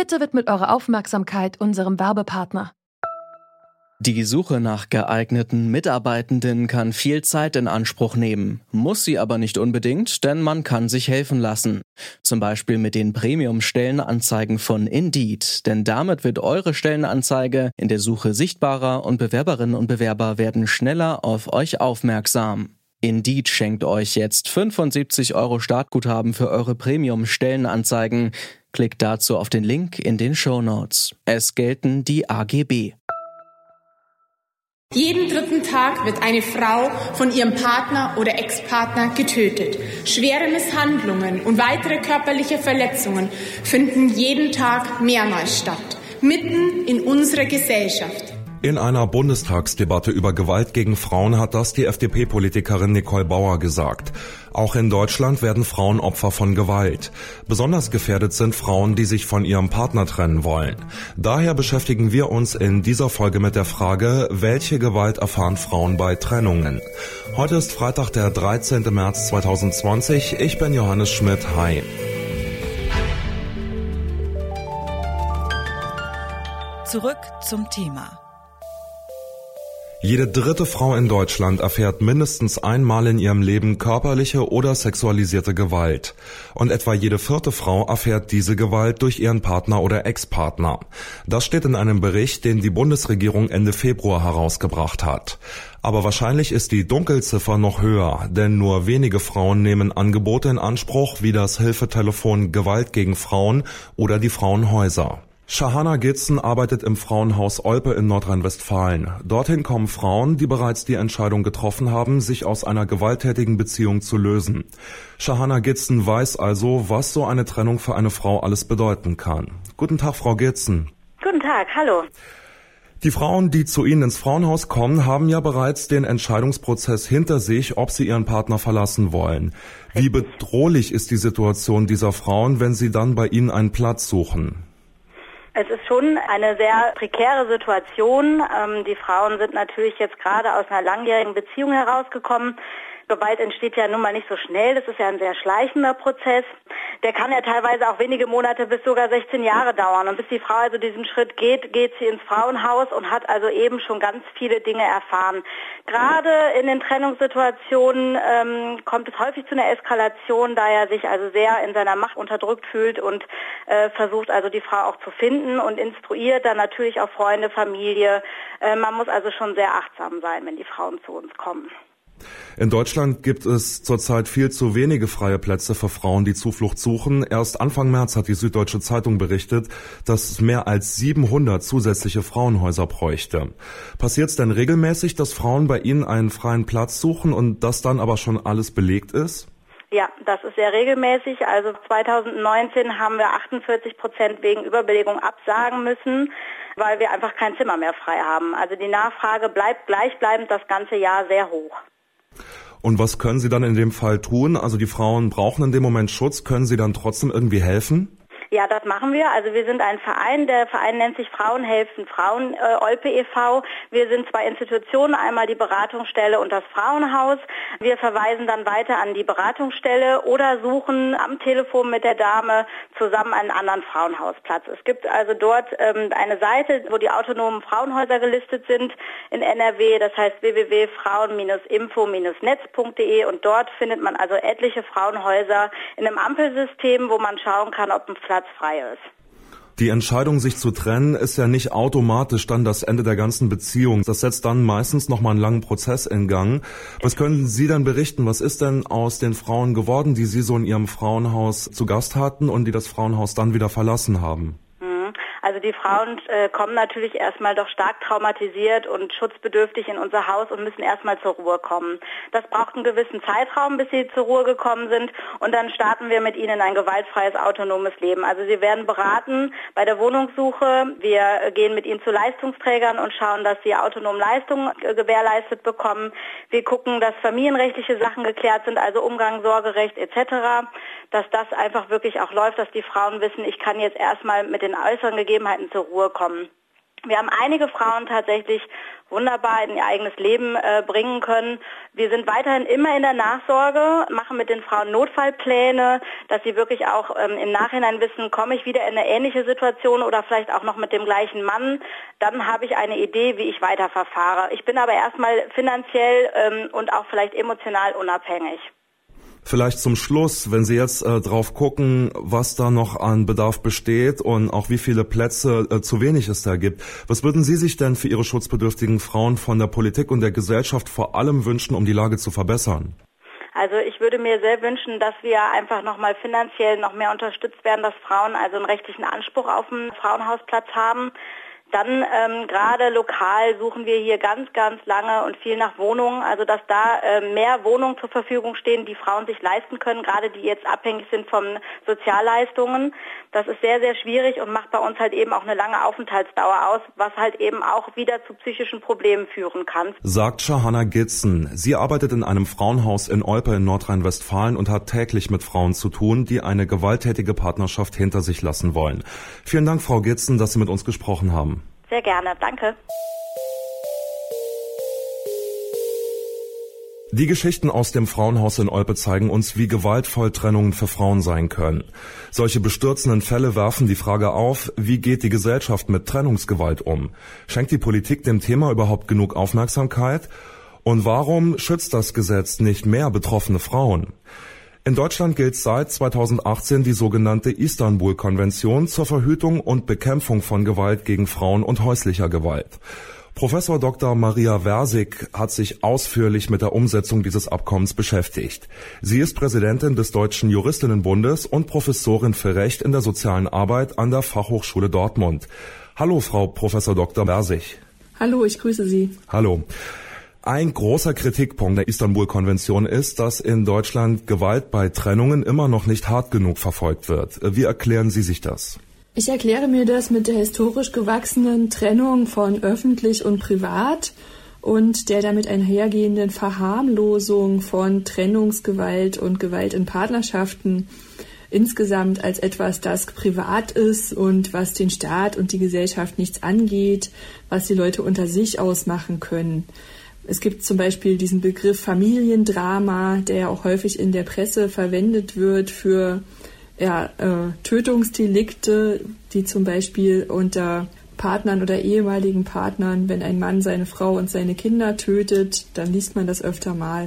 Bitte widmet eure Aufmerksamkeit unserem Werbepartner. Die Suche nach geeigneten Mitarbeitenden kann viel Zeit in Anspruch nehmen, muss sie aber nicht unbedingt, denn man kann sich helfen lassen. Zum Beispiel mit den Premium-Stellenanzeigen von Indeed, denn damit wird eure Stellenanzeige in der Suche sichtbarer und Bewerberinnen und Bewerber werden schneller auf euch aufmerksam. Indeed schenkt euch jetzt 75 € Startguthaben für eure Premium-Stellenanzeigen. Klickt dazu auf den Link in den Shownotes. Es gelten die AGB. Jeden dritten Tag wird eine Frau von ihrem Partner oder Ex-Partner getötet. Schwere Misshandlungen und weitere körperliche Verletzungen finden jeden Tag mehrmals statt, mitten in unserer Gesellschaft. In einer Bundestagsdebatte über Gewalt gegen Frauen hat das die FDP-Politikerin Nicole Bauer gesagt. Auch in Deutschland werden Frauen Opfer von Gewalt. Besonders gefährdet sind Frauen, die sich von ihrem Partner trennen wollen. Daher beschäftigen wir uns in dieser Folge mit der Frage, welche Gewalt erfahren Frauen bei Trennungen? Heute ist Freitag, der 13. März 2020. Ich bin Johannes Schmidt. Hi. Zurück zum Thema. Jede dritte Frau in Deutschland erfährt mindestens einmal in ihrem Leben körperliche oder sexualisierte Gewalt. Und etwa jede vierte Frau erfährt diese Gewalt durch ihren Partner oder Ex-Partner. Das steht in einem Bericht, den die Bundesregierung Ende Februar herausgebracht hat. Aber wahrscheinlich ist die Dunkelziffer noch höher, denn nur wenige Frauen nehmen Angebote in Anspruch, wie das Hilfetelefon Gewalt gegen Frauen oder die Frauenhäuser. Shahana Gitzen arbeitet im Frauenhaus Olpe in Nordrhein-Westfalen. Dorthin kommen Frauen, die bereits die Entscheidung getroffen haben, sich aus einer gewalttätigen Beziehung zu lösen. Shahana Gitzen weiß also, was so eine Trennung für eine Frau alles bedeuten kann. Guten Tag, Frau Gitzen. Guten Tag, hallo. Die Frauen, die zu Ihnen ins Frauenhaus kommen, haben ja bereits den Entscheidungsprozess hinter sich, ob sie ihren Partner verlassen wollen. Wie bedrohlich ist die Situation dieser Frauen, wenn sie dann bei Ihnen einen Platz suchen? Es ist schon eine sehr prekäre Situation. Die Frauen sind natürlich jetzt gerade aus einer langjährigen Beziehung herausgekommen. Gewalt entsteht ja nun mal nicht so schnell, das ist ja ein sehr schleichender Prozess. Der kann ja teilweise auch wenige Monate bis sogar 16 Jahre dauern. Und bis die Frau also diesen Schritt geht sie ins Frauenhaus und hat also eben schon ganz viele Dinge erfahren. Gerade in den Trennungssituationen kommt es häufig zu einer Eskalation, da er sich also sehr in seiner Macht unterdrückt fühlt und versucht also die Frau auch zu finden und instruiert dann natürlich auch Freunde, Familie. Man muss also schon sehr achtsam sein, wenn die Frauen zu uns kommen. In Deutschland gibt es zurzeit viel zu wenige freie Plätze für Frauen, die Zuflucht suchen. Erst Anfang März hat die Süddeutsche Zeitung berichtet, dass es mehr als 700 zusätzliche Frauenhäuser bräuchte. Passiert es denn regelmäßig, dass Frauen bei Ihnen einen freien Platz suchen und dass dann aber schon alles belegt ist? Ja, das ist sehr regelmäßig. Also 2019 haben wir 48% wegen Überbelegung absagen müssen, weil wir einfach kein Zimmer mehr frei haben. Also die Nachfrage bleibt gleichbleibend das ganze Jahr sehr hoch. Und was können Sie dann in dem Fall tun? Also die Frauen brauchen in dem Moment Schutz. Können Sie dann trotzdem irgendwie helfen? Ja, das machen wir. Also wir sind ein Verein. Der Verein nennt sich Frauen helfen Frauen, Olpe e.V. Wir sind zwei Institutionen, einmal die Beratungsstelle und das Frauenhaus. Wir verweisen dann weiter an die Beratungsstelle oder suchen am Telefon mit der Dame zusammen einen anderen Frauenhausplatz. Es gibt also dort eine Seite, wo die autonomen Frauenhäuser gelistet sind in NRW. Das heißt www.frauen-info-netz.de und dort findet man also etliche Frauenhäuser in einem Ampelsystem, wo man schauen kann, ob ein Platz frei ist. Die Entscheidung, sich zu trennen, ist ja nicht automatisch dann das Ende der ganzen Beziehung. Das setzt dann meistens nochmal einen langen Prozess in Gang. Was können Sie dann berichten? Was ist denn aus den Frauen geworden, die Sie so in Ihrem Frauenhaus zu Gast hatten und die das Frauenhaus dann wieder verlassen haben? Also die Frauen kommen natürlich erstmal doch stark traumatisiert und schutzbedürftig in unser Haus und müssen erstmal zur Ruhe kommen. Das braucht einen gewissen Zeitraum, bis sie zur Ruhe gekommen sind und dann starten wir mit ihnen ein gewaltfreies, autonomes Leben. Also sie werden beraten bei der Wohnungssuche. Wir gehen mit ihnen zu Leistungsträgern und schauen, dass sie autonom Leistungen gewährleistet bekommen. Wir gucken, dass familienrechtliche Sachen geklärt sind, also Umgang, Sorgerecht etc., dass das einfach wirklich auch läuft, dass die Frauen wissen, ich kann jetzt erstmal mit den äußeren Gegebenheiten zur Ruhe kommen. Wir haben einige Frauen tatsächlich wunderbar in ihr eigenes Leben bringen können. Wir sind weiterhin immer in der Nachsorge, machen mit den Frauen Notfallpläne, dass sie wirklich auch im Nachhinein wissen, komme ich wieder in eine ähnliche Situation oder vielleicht auch noch mit dem gleichen Mann. Dann habe ich eine Idee, wie ich weiter verfahre. Ich bin aber erstmal finanziell und auch vielleicht emotional unabhängig. Vielleicht zum Schluss, wenn Sie jetzt drauf gucken, was da noch an Bedarf besteht und auch wie viele Plätze zu wenig es da gibt. Was würden Sie sich denn für Ihre schutzbedürftigen Frauen von der Politik und der Gesellschaft vor allem wünschen, um die Lage zu verbessern? Also ich würde mir sehr wünschen, dass wir einfach nochmal finanziell noch mehr unterstützt werden, dass Frauen also einen rechtlichen Anspruch auf einen Frauenhausplatz haben. Dann gerade lokal suchen wir hier ganz, ganz lange und viel nach Wohnungen, also dass da mehr Wohnungen zur Verfügung stehen, die Frauen sich leisten können, gerade die jetzt abhängig sind von Sozialleistungen. Das ist sehr, sehr schwierig und macht bei uns halt eben auch eine lange Aufenthaltsdauer aus, was halt eben auch wieder zu psychischen Problemen führen kann. Sagt Shahana Gitzen. Sie arbeitet in einem Frauenhaus in Olpe in Nordrhein-Westfalen und hat täglich mit Frauen zu tun, die eine gewalttätige Partnerschaft hinter sich lassen wollen. Vielen Dank, Frau Gitzen, dass Sie mit uns gesprochen haben. Sehr gerne, danke. Die Geschichten aus dem Frauenhaus in Olpe zeigen uns, wie gewaltvoll Trennungen für Frauen sein können. Solche bestürzenden Fälle werfen die Frage auf, wie geht die Gesellschaft mit Trennungsgewalt um? Schenkt die Politik dem Thema überhaupt genug Aufmerksamkeit? Und warum schützt das Gesetz nicht mehr betroffene Frauen? In Deutschland gilt seit 2018 die sogenannte Istanbul-Konvention zur Verhütung und Bekämpfung von Gewalt gegen Frauen und häuslicher Gewalt. Professor Dr. Maria Versig hat sich ausführlich mit der Umsetzung dieses Abkommens beschäftigt. Sie ist Präsidentin des Deutschen Juristinnenbundes und Professorin für Recht in der sozialen Arbeit an der Fachhochschule Dortmund. Hallo, Frau Professor Dr. Versig. Hallo, ich grüße Sie. Hallo. Ein großer Kritikpunkt der Istanbul-Konvention ist, dass in Deutschland Gewalt bei Trennungen immer noch nicht hart genug verfolgt wird. Wie erklären Sie sich das? Ich erkläre mir das mit der historisch gewachsenen Trennung von öffentlich und privat und der damit einhergehenden Verharmlosung von Trennungsgewalt und Gewalt in Partnerschaften insgesamt als etwas, das privat ist und was den Staat und die Gesellschaft nichts angeht, was die Leute unter sich ausmachen können. Es gibt zum Beispiel diesen Begriff Familiendrama, der ja auch häufig in der Presse verwendet wird für Tötungsdelikte, die zum Beispiel unter Partnern oder ehemaligen Partnern, wenn ein Mann seine Frau und seine Kinder tötet, dann liest man das öfter mal.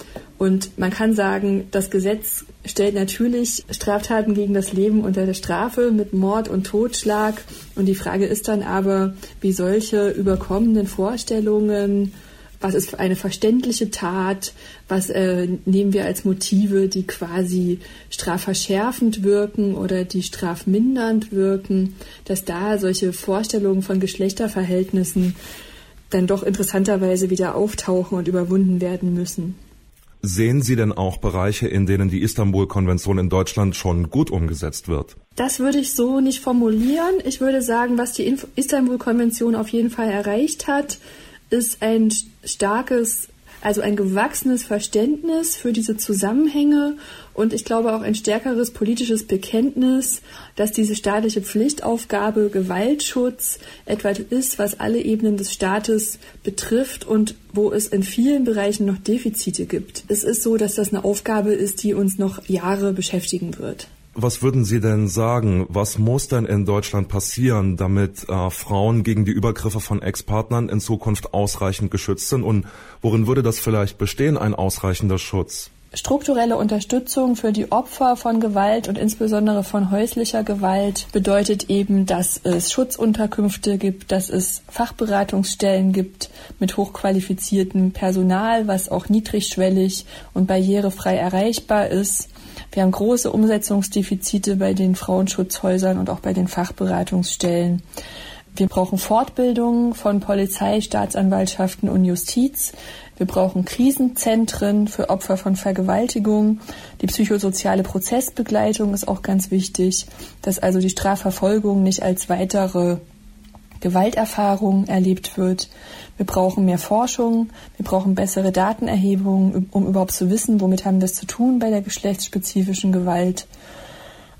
Und man kann sagen, das Gesetz stellt natürlich Straftaten gegen das Leben unter der Strafe mit Mord und Totschlag. Und die Frage ist dann aber, wie solche überkommenen Vorstellungen, was ist eine verständliche Tat, was nehmen wir als Motive, die quasi strafverschärfend wirken oder die strafmindernd wirken, dass da solche Vorstellungen von Geschlechterverhältnissen dann doch interessanterweise wieder auftauchen und überwunden werden müssen. Sehen Sie denn auch Bereiche, in denen die Istanbul-Konvention in Deutschland schon gut umgesetzt wird? Das würde ich so nicht formulieren. Ich würde sagen, was die Istanbul-Konvention auf jeden Fall erreicht hat, ist ein starkes, also ein gewachsenes Verständnis für diese Zusammenhänge und ich glaube auch ein stärkeres politisches Bekenntnis, dass diese staatliche Pflichtaufgabe Gewaltschutz etwas ist, was alle Ebenen des Staates betrifft und wo es in vielen Bereichen noch Defizite gibt. Es ist so, dass das eine Aufgabe ist, die uns noch Jahre beschäftigen wird. Was würden Sie denn sagen, was muss denn in Deutschland passieren, damit Frauen gegen die Übergriffe von Ex-Partnern in Zukunft ausreichend geschützt sind? Und worin würde das vielleicht bestehen, ein ausreichender Schutz? Strukturelle Unterstützung für die Opfer von Gewalt und insbesondere von häuslicher Gewalt bedeutet eben, dass es Schutzunterkünfte gibt, dass es Fachberatungsstellen gibt mit hochqualifiziertem Personal, was auch niedrigschwellig und barrierefrei erreichbar ist. Wir haben große Umsetzungsdefizite bei den Frauenschutzhäusern und auch bei den Fachberatungsstellen. Wir brauchen Fortbildungen von Polizei, Staatsanwaltschaften und Justiz. Wir brauchen Krisenzentren für Opfer von Vergewaltigung. Die psychosoziale Prozessbegleitung ist auch ganz wichtig, dass also die Strafverfolgung nicht als weitere Gewalterfahrung erlebt wird. Wir brauchen mehr Forschung, wir brauchen bessere Datenerhebungen, um überhaupt zu wissen, womit haben wir es zu tun bei der geschlechtsspezifischen Gewalt.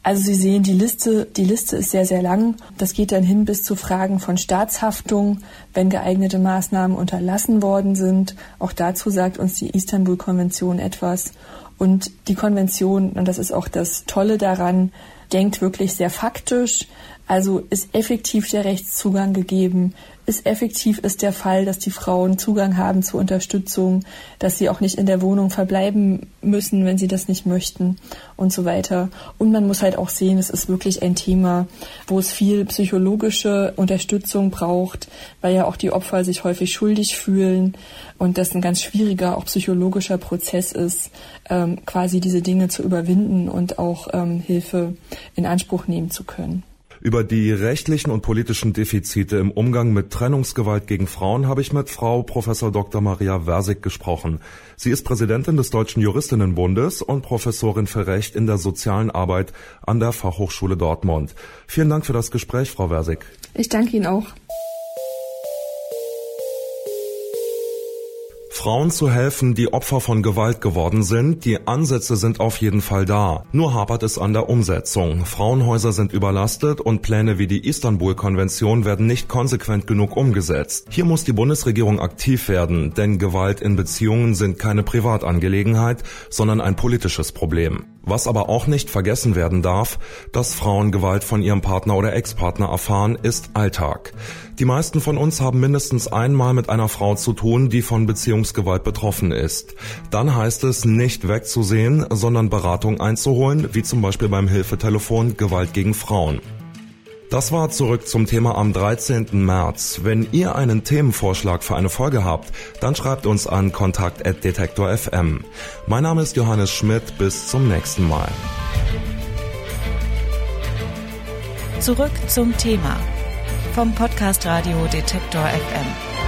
Also Sie sehen, die Liste ist sehr, sehr lang. Das geht dann hin bis zu Fragen von Staatshaftung, wenn geeignete Maßnahmen unterlassen worden sind. Auch dazu sagt uns die Istanbul-Konvention etwas. Und die Konvention, und das ist auch das Tolle daran, denkt wirklich sehr faktisch. Also ist effektiv der Rechtszugang gegeben, ist der Fall, dass die Frauen Zugang haben zur Unterstützung, dass sie auch nicht in der Wohnung verbleiben müssen, wenn sie das nicht möchten und so weiter. Und man muss halt auch sehen, es ist wirklich ein Thema, wo es viel psychologische Unterstützung braucht, weil ja auch die Opfer sich häufig schuldig fühlen und das ein ganz schwieriger, auch psychologischer Prozess ist, quasi diese Dinge zu überwinden und auch Hilfe in Anspruch nehmen zu können. Über die rechtlichen und politischen Defizite im Umgang mit Trennungsgewalt gegen Frauen habe ich mit Frau Prof. Dr. Maria Versick gesprochen. Sie ist Präsidentin des Deutschen Juristinnenbundes und Professorin für Recht in der sozialen Arbeit an der Fachhochschule Dortmund. Vielen Dank für das Gespräch, Frau Versick. Ich danke Ihnen auch. Frauen zu helfen, die Opfer von Gewalt geworden sind, die Ansätze sind auf jeden Fall da. Nur hapert es an der Umsetzung. Frauenhäuser sind überlastet und Pläne wie die Istanbul-Konvention werden nicht konsequent genug umgesetzt. Hier muss die Bundesregierung aktiv werden, denn Gewalt in Beziehungen sind keine Privatangelegenheit, sondern ein politisches Problem. Was aber auch nicht vergessen werden darf, dass Frauen Gewalt von ihrem Partner oder Ex-Partner erfahren, ist Alltag. Die meisten von uns haben mindestens einmal mit einer Frau zu tun, die von Beziehungsgewalt betroffen ist. Dann heißt es, nicht wegzusehen, sondern Beratung einzuholen, wie zum Beispiel beim Hilfetelefon Gewalt gegen Frauen. Das war Zurück zum Thema am 13. März. Wenn ihr einen Themenvorschlag für eine Folge habt, dann schreibt uns an kontakt@detektor.fm. Mein Name ist Johannes Schmidt. Bis zum nächsten Mal. Zurück zum Thema vom Podcast Radio Detektor FM.